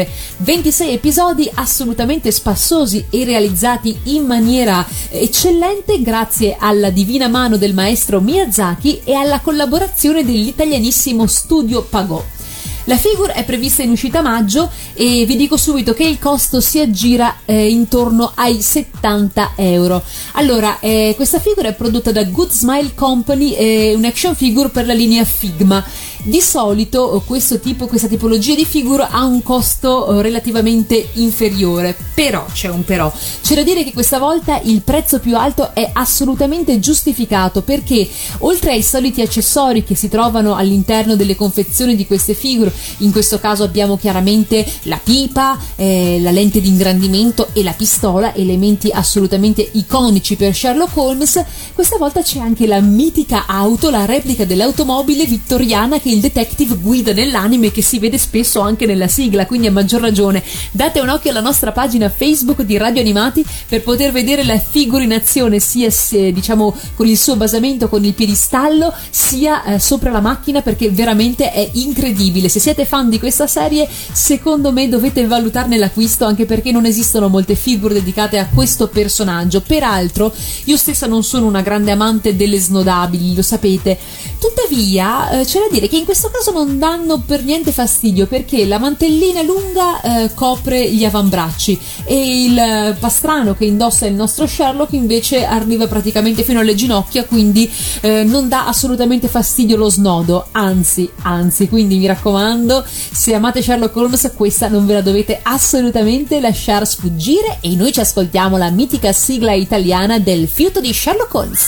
26 episodi assolutamente spassosi e realizzati in maniera eccellente grazie alla divina mano del maestro Miyazaki e alla collaborazione dell'italianissimo Studio Pagò. La figure è prevista in uscita a maggio e vi dico subito che il costo si aggira intorno ai 70 euro. Allora, questa figura è prodotta da Good Smile Company, un action figure per la linea Figma. Di solito questa tipologia di figura ha un costo relativamente inferiore, però c'è un però. C'è da dire che questa volta il prezzo più alto è assolutamente giustificato, perché oltre ai soliti accessori che si trovano all'interno delle confezioni di queste figure, in questo caso abbiamo chiaramente la pipa, la lente di ingrandimento e la pistola, elementi assolutamente iconici per Sherlock Holmes, questa volta c'è anche la mitica auto, la replica dell'automobile vittoriana che il detective guida nell'anime, che si vede spesso anche nella sigla, quindi a maggior ragione date un occhio alla nostra pagina Facebook di Radio Animati per poter vedere la figura in azione, sia diciamo con il suo basamento, con il piedistallo, sia sopra la macchina, perché veramente è incredibile. Se siete fan di questa serie, secondo me dovete valutarne l'acquisto, anche perché non esistono molte figure dedicate a questo personaggio. Peraltro io stessa non sono una grande amante delle snodabili, lo sapete, tuttavia c'è da dire che in questo caso non danno per niente fastidio, perché la mantellina lunga copre gli avambracci e il pastrano che indossa il nostro Sherlock invece arriva praticamente fino alle ginocchia, quindi non dà assolutamente fastidio lo snodo, anzi, quindi mi raccomando, se amate Sherlock Holmes questa non ve la dovete assolutamente lasciar sfuggire, e noi ci ascoltiamo la mitica sigla italiana del fiuto di Sherlock Holmes.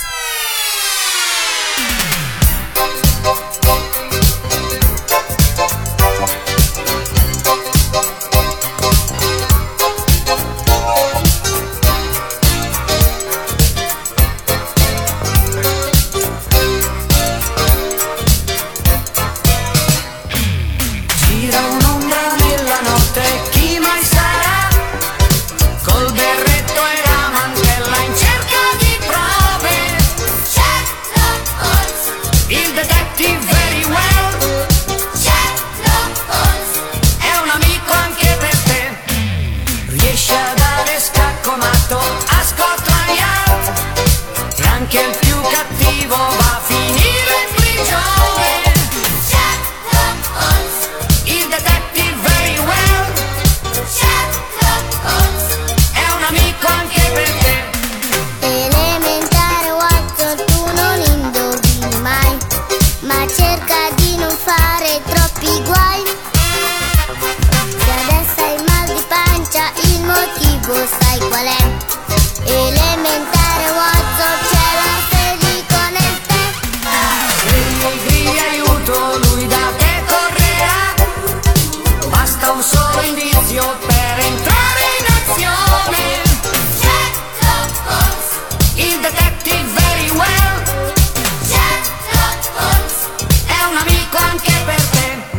amico anche per te.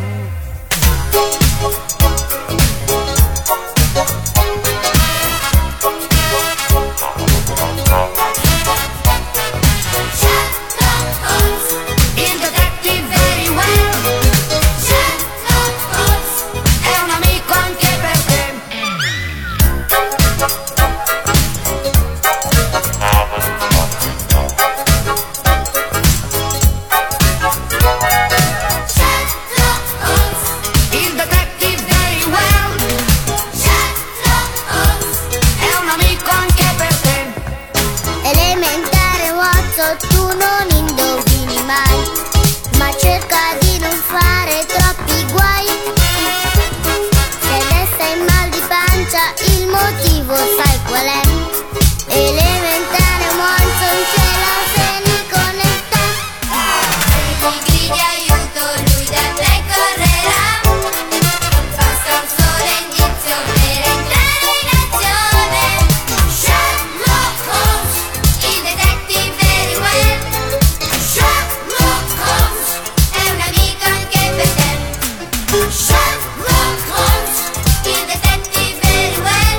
Sherlock Holmes, il detective very well. Sherlock Holmes è un amico anche per te. Sherlock Holmes, il detective very well. Sherlock Holmes è un amico anche per te. Elementare Watson, tu non indovini mai, ma cerca di non fare troppi guai. Se adesso hai mal di pancia, il motivo sai qual è? Elementare Watson, c'è la fenicoletta. Se ti gridi aiuto, lui da te correrà. Basta un solo indizio per entrare in azione. Sherlock Holmes, il detective very well. Sherlock Holmes è un amico anche per te. Sherlock Holmes, il detective very well.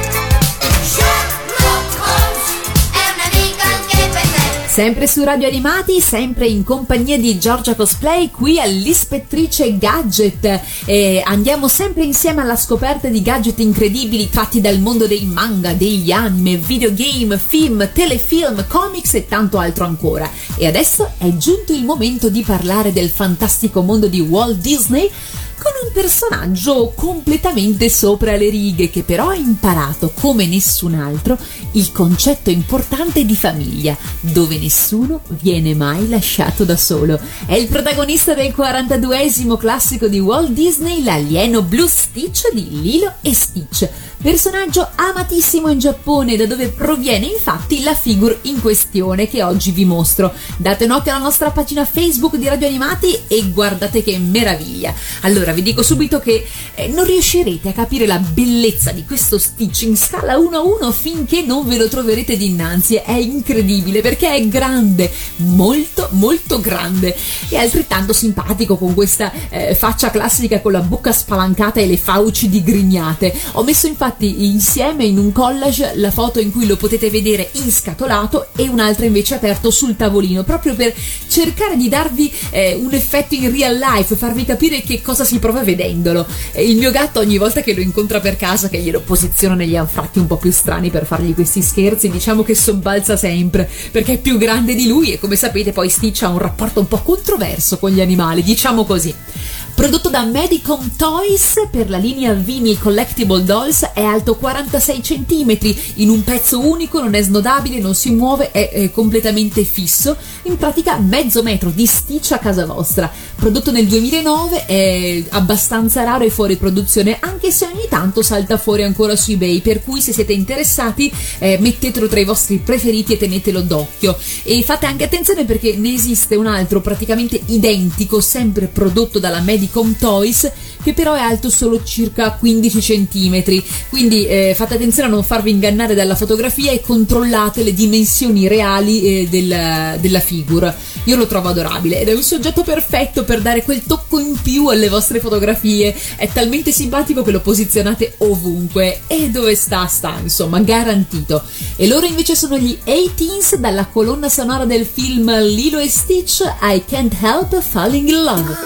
Sherlock Holmes è un amico anche per te. Sempre su Radio Animati, sempre in compagnia di Giorgia Cosplay, qui all'Ispettrice Gadget. Andiamo sempre insieme alla scoperta di gadget incredibili tratti dal mondo dei manga, degli anime, videogame, film, telefilm, comics e tanto altro ancora. E adesso è giunto il momento di parlare del fantastico mondo di Walt Disney, con un personaggio completamente sopra le righe che però ha imparato come nessun altro il concetto importante di famiglia, dove nessuno viene mai lasciato da solo. È il protagonista del 42esimo classico di Walt Disney, l'alieno blu Stitch di Lilo e Stitch, personaggio amatissimo in Giappone, da dove proviene infatti la figure in questione che oggi vi mostro. Date un occhio alla nostra pagina Facebook di Radio Animati e guardate che meraviglia. Allora vi dico subito che non riuscirete a capire la bellezza di questo Stitch in scala 1:1 finché non ve lo troverete dinanzi. È incredibile perché è grande, molto molto grande, e altrettanto simpatico con questa faccia classica con la bocca spalancata e le fauci digrignate. Ho messo infatti insieme in un collage la foto in cui lo potete vedere inscatolato e un'altra invece aperto sul tavolino, proprio per cercare di darvi un effetto in real life, farvi capire che cosa si prova vedendolo. Il mio gatto ogni volta che lo incontra per casa, che glielo posiziona negli anfratti un po' più strani per fargli questi scherzi, diciamo che sobbalza sempre perché è più grande di lui, e come sapete poi Stitch ha un rapporto un po' controverso con gli animali, diciamo così. Prodotto da Medicom Toys per la linea Vinyl Collectible Dolls, è alto 46 cm, in un pezzo unico, non è snodabile, non si muove, è completamente fisso, in pratica mezzo metro di Stitch a casa vostra. Prodotto nel 2009, è abbastanza raro e fuori produzione, anche se ogni tanto salta fuori ancora su eBay, per cui se siete interessati mettetelo tra i vostri preferiti e tenetelo d'occhio. E fate anche attenzione perché ne esiste un altro praticamente identico, sempre prodotto dalla Medicom Toys, che però è alto solo circa 15 cm, quindi fate attenzione a non farvi ingannare dalla fotografia e controllate le dimensioni reali della figure. Io lo trovo adorabile ed è un soggetto perfetto per dare quel tocco in più alle vostre fotografie. È talmente simpatico che lo posizionate ovunque, e dove sta insomma, garantito. E loro invece sono gli A-Teens, dalla colonna sonora del film Lilo e Stitch, I Can't Help Falling in Love.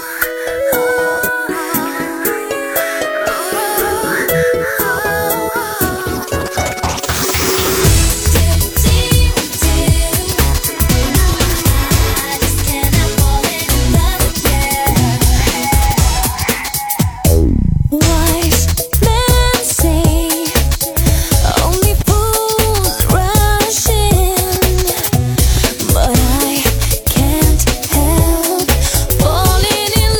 But I can't help falling in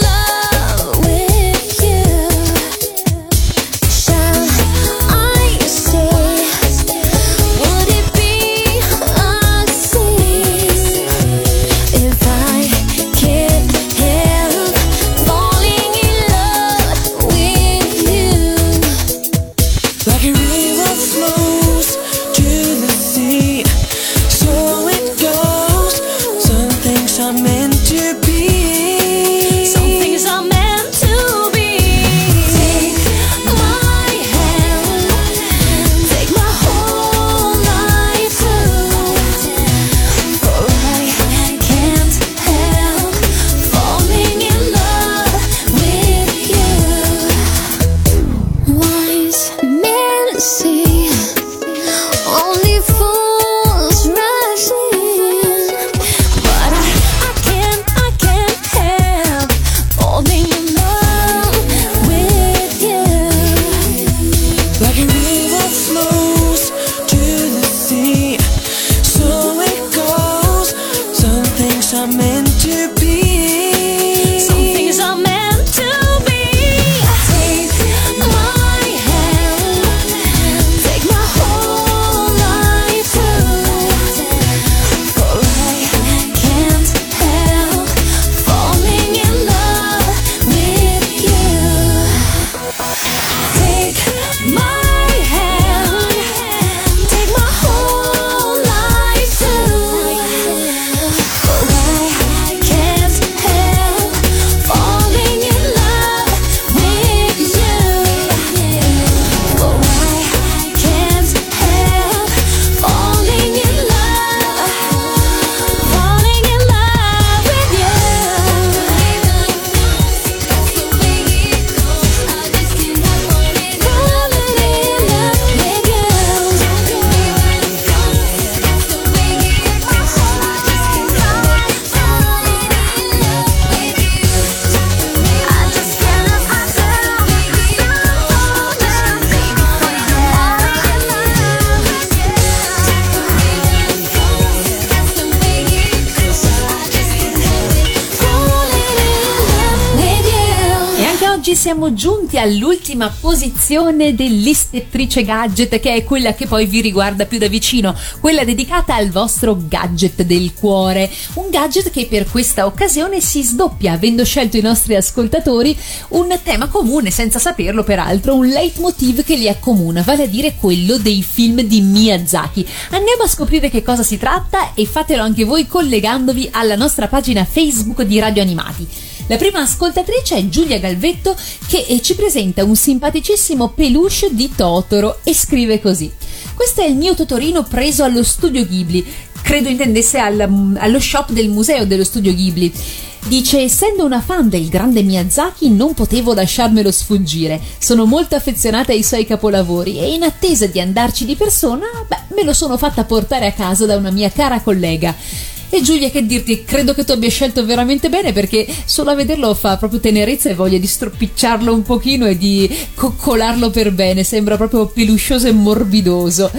oggi siamo giunti all'ultima posizione dell'Ispettrice Gadget, che è quella che poi vi riguarda più da vicino, quella dedicata al vostro gadget del cuore. Un gadget che per questa occasione si sdoppia, avendo scelto i nostri ascoltatori un tema comune, senza saperlo peraltro, un leitmotiv che li accomuna, vale a dire quello dei film di Miyazaki. Andiamo a scoprire che cosa si tratta e fatelo anche voi collegandovi alla nostra pagina Facebook di Radio Animati. La prima ascoltatrice è Giulia Galvetto, che ci presenta un simpaticissimo peluche di Totoro e scrive così: questo è il mio Totorino preso allo studio Ghibli, credo intendesse allo shop del museo dello studio Ghibli. Dice: essendo una fan del grande Miyazaki non potevo lasciarmelo sfuggire, sono molto affezionata ai suoi capolavori e in attesa di andarci di persona, me lo sono fatta portare a casa da una mia cara collega. E Giulia, che dirti, credo che tu abbia scelto veramente bene, perché solo a vederlo fa proprio tenerezza e voglia di stropicciarlo un pochino e di coccolarlo per bene, sembra proprio peluscioso e morbidoso.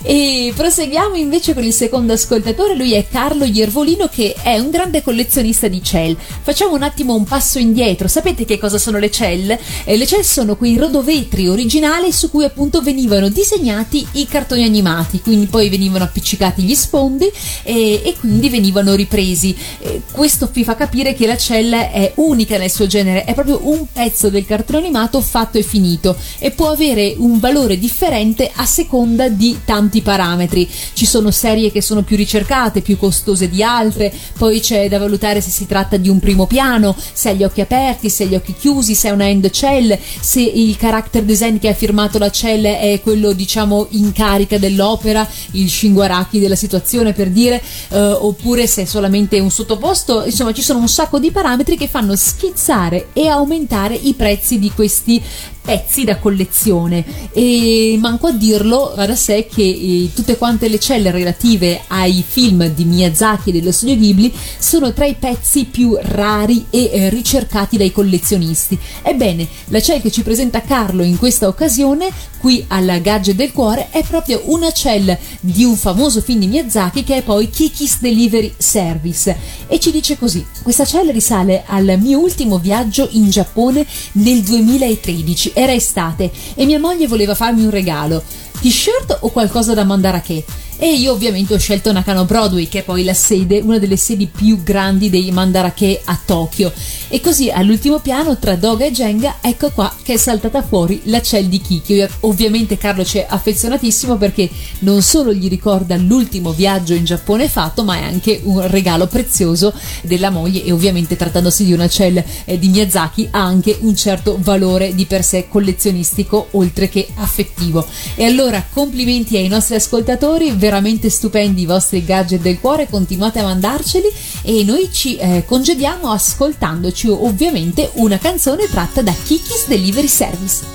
E proseguiamo invece con il secondo ascoltatore, lui è Carlo Iervolino, che è un grande collezionista di cell. Facciamo un attimo un passo indietro. Sapete che cosa sono le cell? Le cell sono quei rodovetri originali su cui appunto venivano disegnati i cartoni animati, quindi poi venivano appiccicati gli sfondi e quindi venivano ripresi. Questo vi fa capire che la cella è unica nel suo genere, è proprio un pezzo del cartone animato fatto e finito, e può avere un valore differente a seconda di tanti parametri. Ci sono serie che sono più ricercate, più costose di altre, poi c'è da valutare se si tratta di un primo piano, se ha gli occhi aperti, se ha gli occhi chiusi, se è una end cell, se il character design che ha firmato la cell è quello, diciamo, in carica dell'opera, il Shinguaraki della situazione, per dire, oppure se è solamente un sottoposto. Insomma, ci sono un sacco di parametri che fanno schizzare e aumentare i prezzi di questi pezzi da collezione, e manco a dirlo va da sé che tutte quante le celle relative ai film di Miyazaki e dello studio Ghibli sono tra i pezzi più rari e ricercati dai collezionisti. Ebbene, la cell che ci presenta Carlo in questa occasione qui al Gadget del Cuore è proprio una cell di un famoso film di Miyazaki, che è poi Kiki's Delivery Service, e ci dice così: questa cell risale al mio ultimo viaggio in Giappone nel 2013. Era estate e mia moglie voleva farmi un regalo, t-shirt o qualcosa da mandare a che, e io ovviamente ho scelto Nakano Broadway, che è poi la sede, una delle sedi più grandi dei mandarake a Tokyo. E così all'ultimo piano, tra Doga e Jenga, ecco qua che è saltata fuori la cell di Kiki. Ovviamente Carlo c'è affezionatissimo, perché non solo gli ricorda l'ultimo viaggio in Giappone fatto, ma è anche un regalo prezioso della moglie, e ovviamente trattandosi di una cell di Miyazaki ha anche un certo valore di per sé collezionistico oltre che affettivo. E allora complimenti ai nostri ascoltatori, veramente stupendi i vostri gadget del cuore, continuate a mandarceli, e noi ci congediamo ascoltandoci ovviamente una canzone tratta da Kiki's Delivery Service.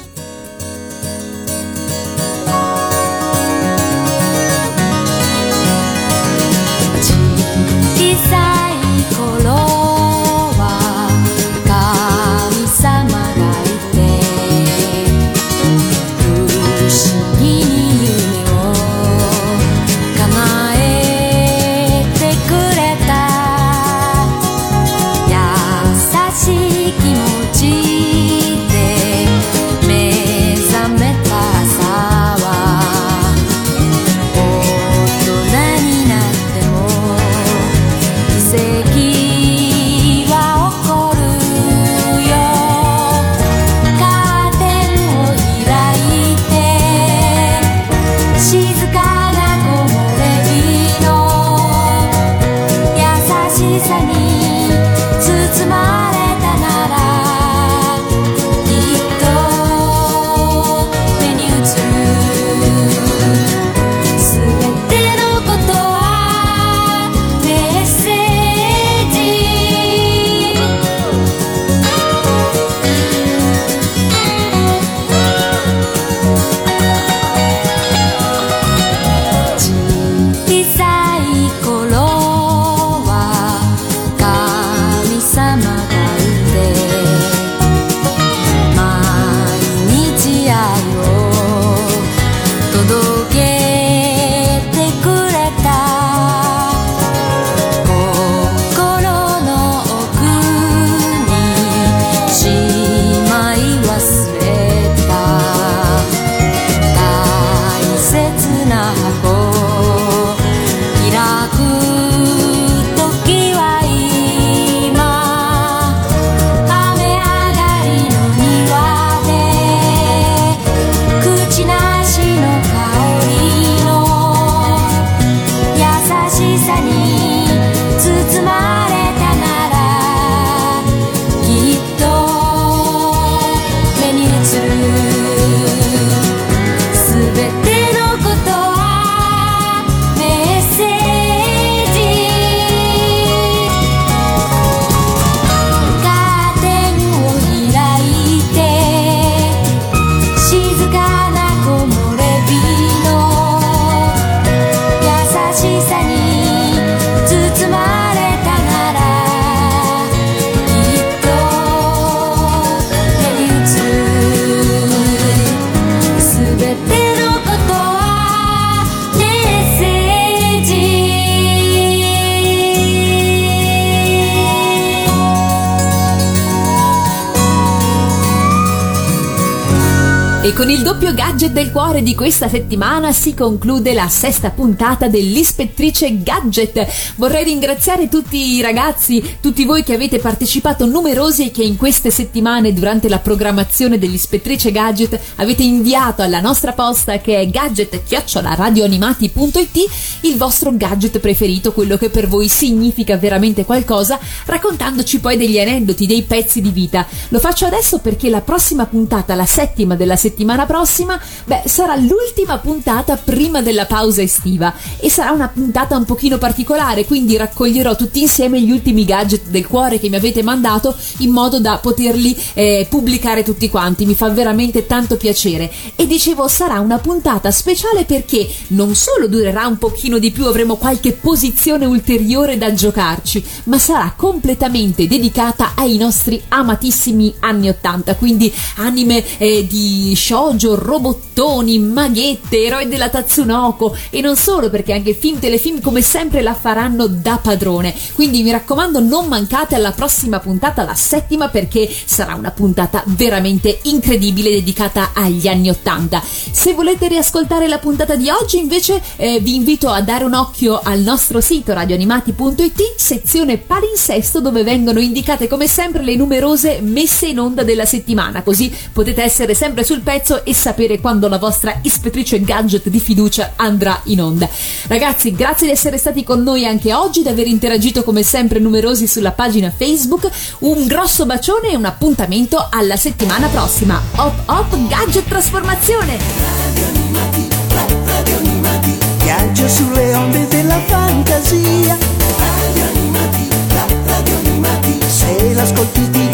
E con il doppio gadget del cuore di questa settimana si conclude la sesta puntata dell'Ispettrice Gadget. Vorrei ringraziare tutti i ragazzi, tutti voi che avete partecipato numerosi e che in queste settimane durante la programmazione dell'Ispettrice Gadget avete inviato alla nostra posta, che è gadget@radioanimati.it, il vostro gadget preferito, quello che per voi significa veramente qualcosa, raccontandoci poi degli aneddoti, dei pezzi di vita. Lo faccio adesso perché la prossima puntata, la settima della settimana prossima, sarà l'ultima puntata prima della pausa estiva e sarà una puntata un pochino particolare, quindi raccoglierò tutti insieme gli ultimi gadget del cuore che mi avete mandato in modo da poterli pubblicare tutti quanti. Mi fa veramente tanto piacere. E dicevo, sarà una puntata speciale perché non solo durerà un pochino di più, avremo qualche posizione ulteriore da giocarci, ma sarà completamente dedicata ai nostri amatissimi anni 80, quindi anime di shoujo, robottoni, maghette, eroi della Tatsunoko e non solo, perché anche film, telefilm come sempre la faranno da padrone. Quindi mi raccomando, non mancate alla prossima puntata, la settima, perché sarà una puntata veramente incredibile dedicata agli anni 80. Se volete riascoltare la puntata di oggi invece vi invito a dare un occhio al nostro sito radioanimati.it, sezione palinsesto, dove vengono indicate come sempre le numerose messe in onda della settimana, così potete essere sempre sul pezzo e sapere quando la vostra ispettrice gadget di fiducia andrà in onda. Ragazzi, grazie di essere stati con noi anche oggi, di aver interagito come sempre numerosi sulla pagina Facebook. Un grosso bacione e un appuntamento alla settimana prossima. Hop hop gadget trasformazione. Radio Animati, viaggio sulle onde della fantasia. Radio Animati, se l'ascolti ti